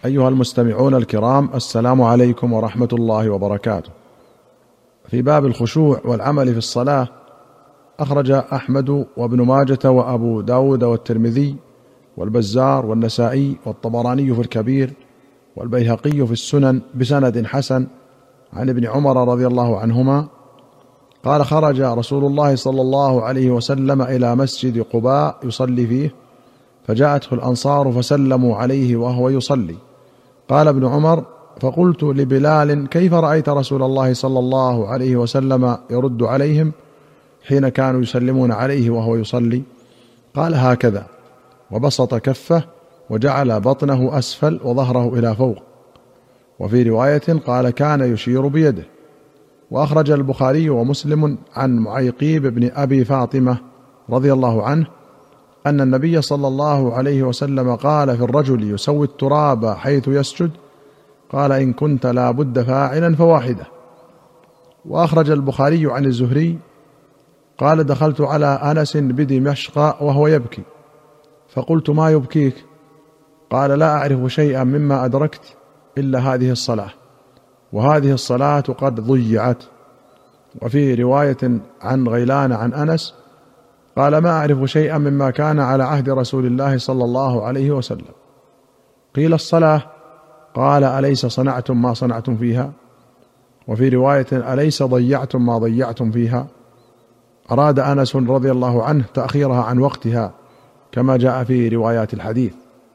أيها المستمعون الكرام، السلام عليكم ورحمة الله وبركاته. في باب الخشوع والعمل في الصلاة، أخرج أحمد وابن ماجة وأبو داود والترمذي والبزار والنسائي والطبراني في الكبير والبيهقي في السنن بسند حسن عن ابن عمر رضي الله عنهما قال: خرج رسول الله صلى الله عليه وسلم إلى مسجد قباء يصلي فيه، فجاءته الأنصار فسلموا عليه وهو يصلي. قال ابن عمر: فقلت لبلال: كيف رأيت رسول الله صلى الله عليه وسلم يرد عليهم حين كانوا يسلمون عليه وهو يصلي؟ قال: هكذا، وبسط كفه وجعل بطنه أسفل وظهره إلى فوق. وفي رواية قال: كان يشير بيده. وأخرج البخاري ومسلم عن معيقيب بن أبي فاطمة رضي الله عنه أن النبي صلى الله عليه وسلم قال في الرجل يسوي التراب حيث يسجد: قال: إن كنت لا بد فاعلا فواحدة. وأخرج البخاري عن الزهري قال: دخلت على أنس بدمشق وهو يبكي، فقلت: ما يبكيك؟ قال: لا أعرف شيئا مما أدركت إلا هذه الصلاة، وهذه الصلاة قد ضيعت. وفي رواية عن غيلان عن أنس قال: ما أعرف شيئا مما كان على عهد رسول الله صلى الله عليه وسلم. قيل: الصلاة؟ قال: أليس صنعتم ما صنعتم فيها؟ وفي رواية: أليس ضيعتم ما ضيعتم فيها؟ أراد أنس رضي الله عنه تأخيرها عن وقتها كما جاء في روايات الحديث.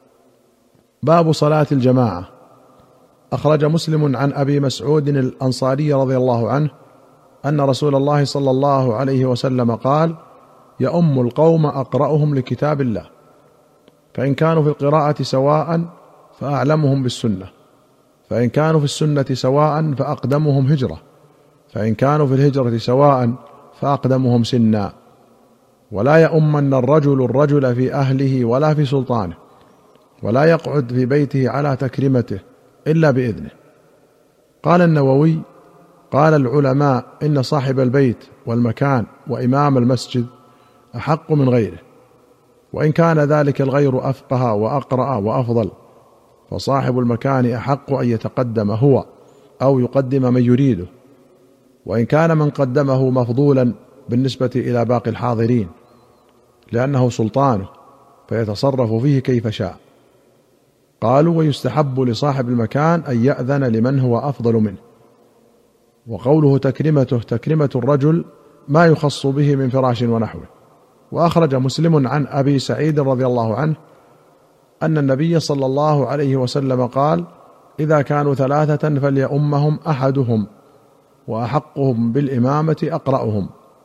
باب صلاة الجماعة. أخرج مسلم عن أبي مسعود الأنصاري رضي الله عنه أن رسول الله صلى الله عليه وسلم قال: يؤم القوم أقرأهم لكتاب الله، فإن كانوا في القراءة سواء فأعلمهم بالسنة، فإن كانوا في السنة سواء فأقدمهم هجرة، فإن كانوا في الهجرة سواء فأقدمهم سنا. ولا يؤمن الرجل في أهله ولا في سلطانه، ولا يقعد في بيته على تكريمته إلا بإذنه. قال النووي: قال العلماء إن صاحب البيت والمكان وإمام المسجد أحق من غيره، وإن كان ذلك الغير أفقه وأقرأ وأفضل، فصاحب المكان أحق أن يتقدم هو أو يقدم من يريده، وإن كان من قدمه مفضولا بالنسبة إلى باقي الحاضرين، لأنه سلطانه فيتصرف فيه كيف شاء. قالوا: ويستحب لصاحب المكان أن يأذن لمن هو أفضل منه. وقوله تكرمته تكرمة الرجل ما يخص به من فراش ونحوه. وأخرج مسلم عن أبي سعيد رضي الله عنه أن النبي صلى الله عليه وسلم قال: إذا كانوا ثلاثة فليؤمهم أحدهم، وأحقهم بالإمامة أقرأهم.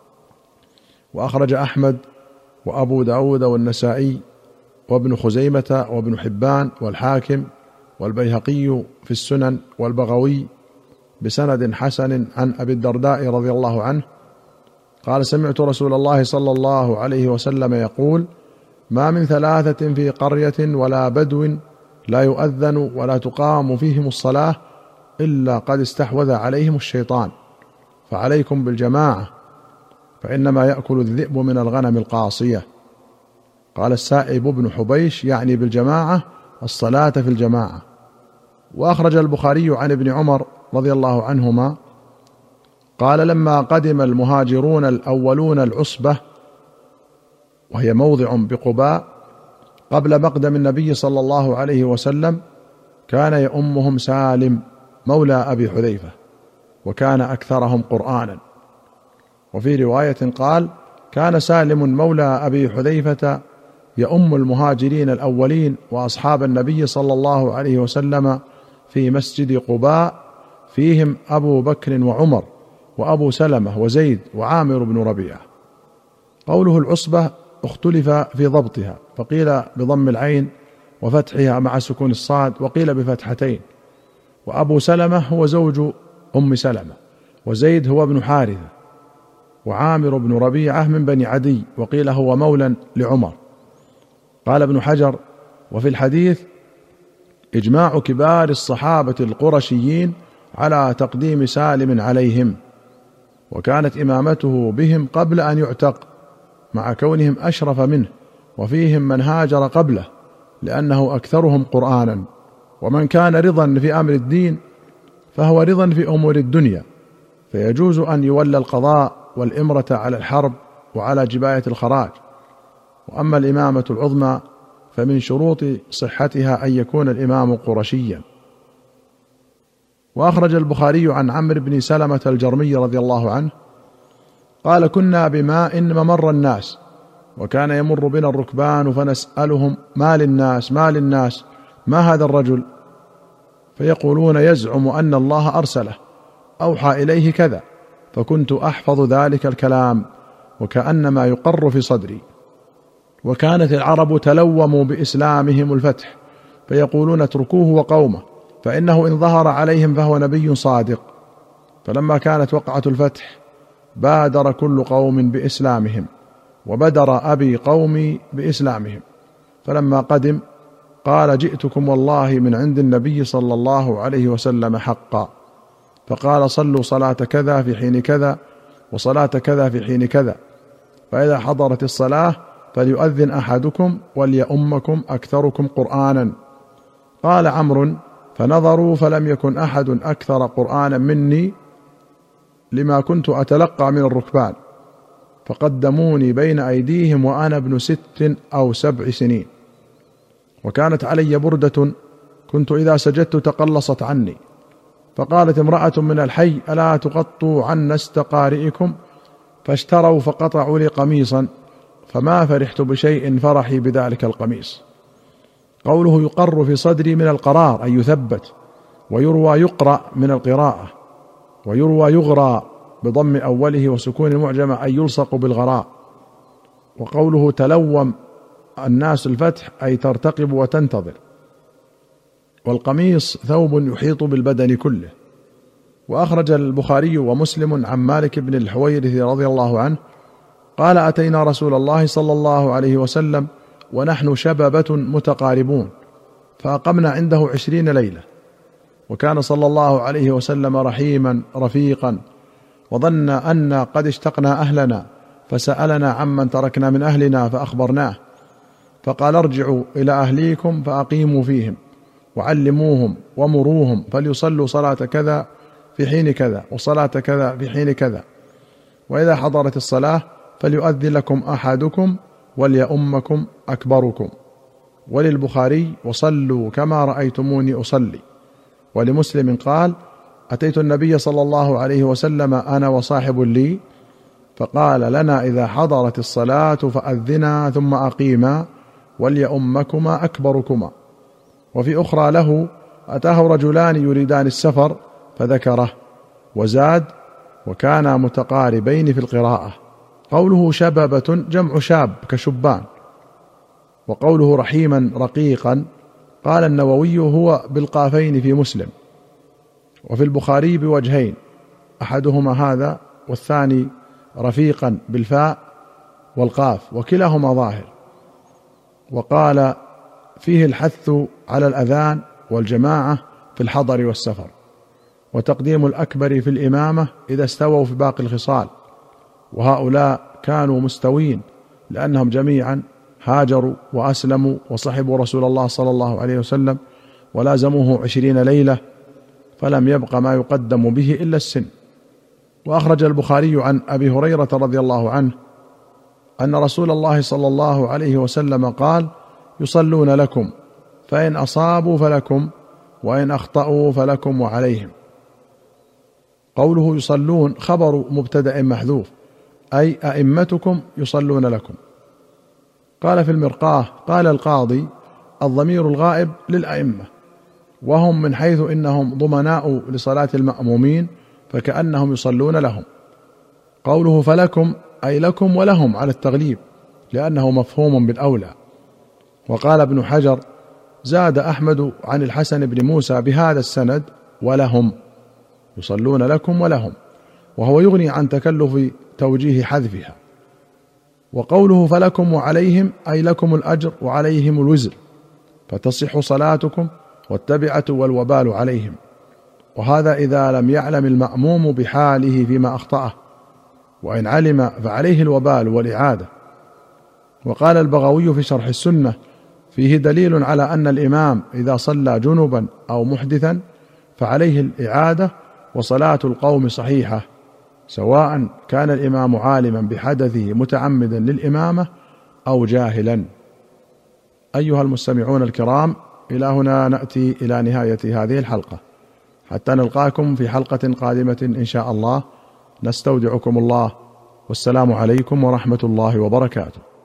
وأخرج أحمد وأبو داود والنسائي وابن خزيمة وابن حبان والحاكم والبيهقي في السنن والبغوي بسند حسن عن أبي الدرداء رضي الله عنه قال: سمعت رسول الله صلى الله عليه وسلم يقول: ما من ثلاثة في قرية ولا بدو لا يؤذن ولا تقام فيهم الصلاة إلا قد استحوذ عليهم الشيطان، فعليكم بالجماعة، فإنما يأكل الذئب من الغنم القاصية. قال السائب بن حبيش يعني بالجماعة الصلاة في الجماعة. وأخرج البخاري عن ابن عمر رضي الله عنهما قال: لما قدم المهاجرون الأولون العصبة، وهي موضع بقباء، قبل مقدم النبي صلى الله عليه وسلم، كان يؤمهم سالم مولى أبي حذيفة، وكان أكثرهم قرآنا. وفي رواية قال: كان سالم مولى أبي حذيفة يؤم المهاجرين الأولين وأصحاب النبي صلى الله عليه وسلم في مسجد قباء، فيهم أبو بكر وعمر وأبو سلمة وزيد وعامر بن ربيعة. قوله العصبة اختلف في ضبطها، فقيل بضم العين وفتحها مع سكون الصاد، وقيل بفتحتين. وأبو سلمة هو زوج أم سلمة، وزيد هو ابن حارثة، وعامر بن ربيعة من بني عدي، وقيل هو مولى لعمر. قال ابن حجر: وفي الحديث إجماع كبار الصحابة القرشيين على تقديم سالم عليهم، وكانت إمامته بهم قبل أن يعتق، مع كونهم أشرف منه، وفيهم من هاجر قبله لأنه أكثرهم قرآنا. ومن كان رضا في أمر الدين فهو رضا في أمور الدنيا، فيجوز أن يولى القضاء والإمرة على الحرب وعلى جباية الخراج. وأما الإمامة العظمى فمن شروط صحتها أن يكون الإمام قرشيا. وأخرج البخاري عن عمرو بن سلمة الجرمي رضي الله عنه قال: كنا بماء ممر الناس، وكان يمر بنا الركبان فنسألهم: ما للناس ما للناس، ما هذا الرجل؟ فيقولون: يزعم أن الله أرسله، أوحى إليه كذا. فكنت أحفظ ذلك الكلام وكأنما يقر في صدري. وكانت العرب تلوموا بإسلامهم الفتح، فيقولون: اتركوه وقومه، فإنه إن ظهر عليهم فهو نبي صادق. فلما كانت وقعة الفتح بادر كل قوم بإسلامهم، وبدر أبي قومي بإسلامهم. فلما قدم قال: جئتكم والله من عند النبي صلى الله عليه وسلم حقا. فقال: صلوا صلاة كذا في حين كذا، وصلاة كذا في حين كذا، فإذا حضرت الصلاة فليؤذن أحدكم وليؤمكم أكثركم قرآنا. قال عمرو: فنظروا فلم يكن أحد أكثر قرآنا مني لما كنت أتلقى من الركبان، فقدموني بين أيديهم وأنا ابن 6 أو 7 سنين. وكانت علي بردة كنت إذا سجدت تقلصت عني. فقالت امرأة من الحي: ألا تغطوا عن استقارئكم؟ فاشتروا فقطعوا لي قميصا، فما فرحت بشيء فرحي بذلك القميص. قوله يقر في صدري من القرار أي يثبت، ويروى يقرأ من القراءة، ويروى يغرى بضم أوله وسكون المعجمة أي يلصق بالغراء. وقوله تلوم الناس الفتح أي ترتقب وتنتظر. والقميص ثوب يحيط بالبدن كله. وأخرج البخاري ومسلم عن مالك بن الحويرث رضي الله عنه قال: أتينا رسول الله صلى الله عليه وسلم ونحن شببة متقاربون، فأقمنا عنده 20 ليلة. وكان صلى الله عليه وسلم رحيما رفيقا، وظن أن قد اشتقنا أهلنا، فسألنا عمن تركنا من أهلنا فأخبرناه، فقال: ارجعوا إلى أهليكم فأقيموا فيهم، وعلموهم ومروهم فليصلوا صلاة كذا في حين كذا، وصلاة كذا في حين كذا، وإذا حضرت الصلاة فليؤذن لكم أحدكم وليؤمكم أكبركم. وللبخاري: وصلوا كما رأيتموني أصلي. ولمسلم قال: أتيت النبي صلى الله عليه وسلم أنا وصاحب لي، فقال لنا: إذا حضرت الصلاة فأذنا ثم أقيما وليؤمكما أكبركما. وفي أخرى له: أتاه رجلان يريدان السفر فذكره، وزاد: وكانا متقاربين في القراءة. قوله شببة جمع شاب كشبان. وقوله رحيما رقيقا قال النووي: هو بالقافين في مسلم. وفي البخاري بوجهين، أحدهما هذا، والثاني رفيقا بالفاء والقاف، وكلاهما ظاهر. وقال: فيه الحث على الأذان والجماعة في الحضر والسفر، وتقديم الأكبر في الإمامة إذا استووا في باقي الخصال. وهؤلاء كانوا مستوين لأنهم جميعا هاجروا وأسلموا وصحبوا رسول الله صلى الله عليه وسلم ولازموه 20 ليلة، فلم يبق ما يقدم به إلا السن. وأخرج البخاري عن أبي هريرة رضي الله عنه أن رسول الله صلى الله عليه وسلم قال: يصلون لكم، فإن أصابوا فلكم، وإن أخطأوا فلكم وعليهم. قوله يصلون خبر مبتدأ محذوف، أي أئمتكم يصلون لكم. قال في المرقاة: قال القاضي: الضمير الغائب للأئمة، وهم من حيث إنهم ضمناء لصلاة المأمومين فكأنهم يصلون لهم. قوله فلكم أي لكم ولهم على التغليب، لأنه مفهوم بالأولى. وقال ابن حجر: زاد أحمد عن الحسن بن موسى بهذا السند: ولهم، يصلون لكم ولهم، وهو يغني عن تكلف توجيه حذفها. وقوله فلكم وعليهم أي لكم الأجر وعليهم الوزر، فتصح صلاتكم والتبعة والوبال عليهم. وهذا إذا لم يعلم المأموم بحاله فيما أخطأه، وإن علم فعليه الوبال والإعادة. وقال البغوي في شرح السنة: فيه دليل على أن الإمام إذا صلى جنبا أو محدثا فعليه الإعادة، وصلاة القوم صحيحة، سواء كان الإمام عالما بحدثه متعمدا للإمامة أو جاهلا. أيها المستمعون الكرام، إلى هنا نأتي إلى نهاية هذه الحلقة، حتى نلقاكم في حلقة قادمة إن شاء الله. نستودعكم الله، والسلام عليكم ورحمة الله وبركاته.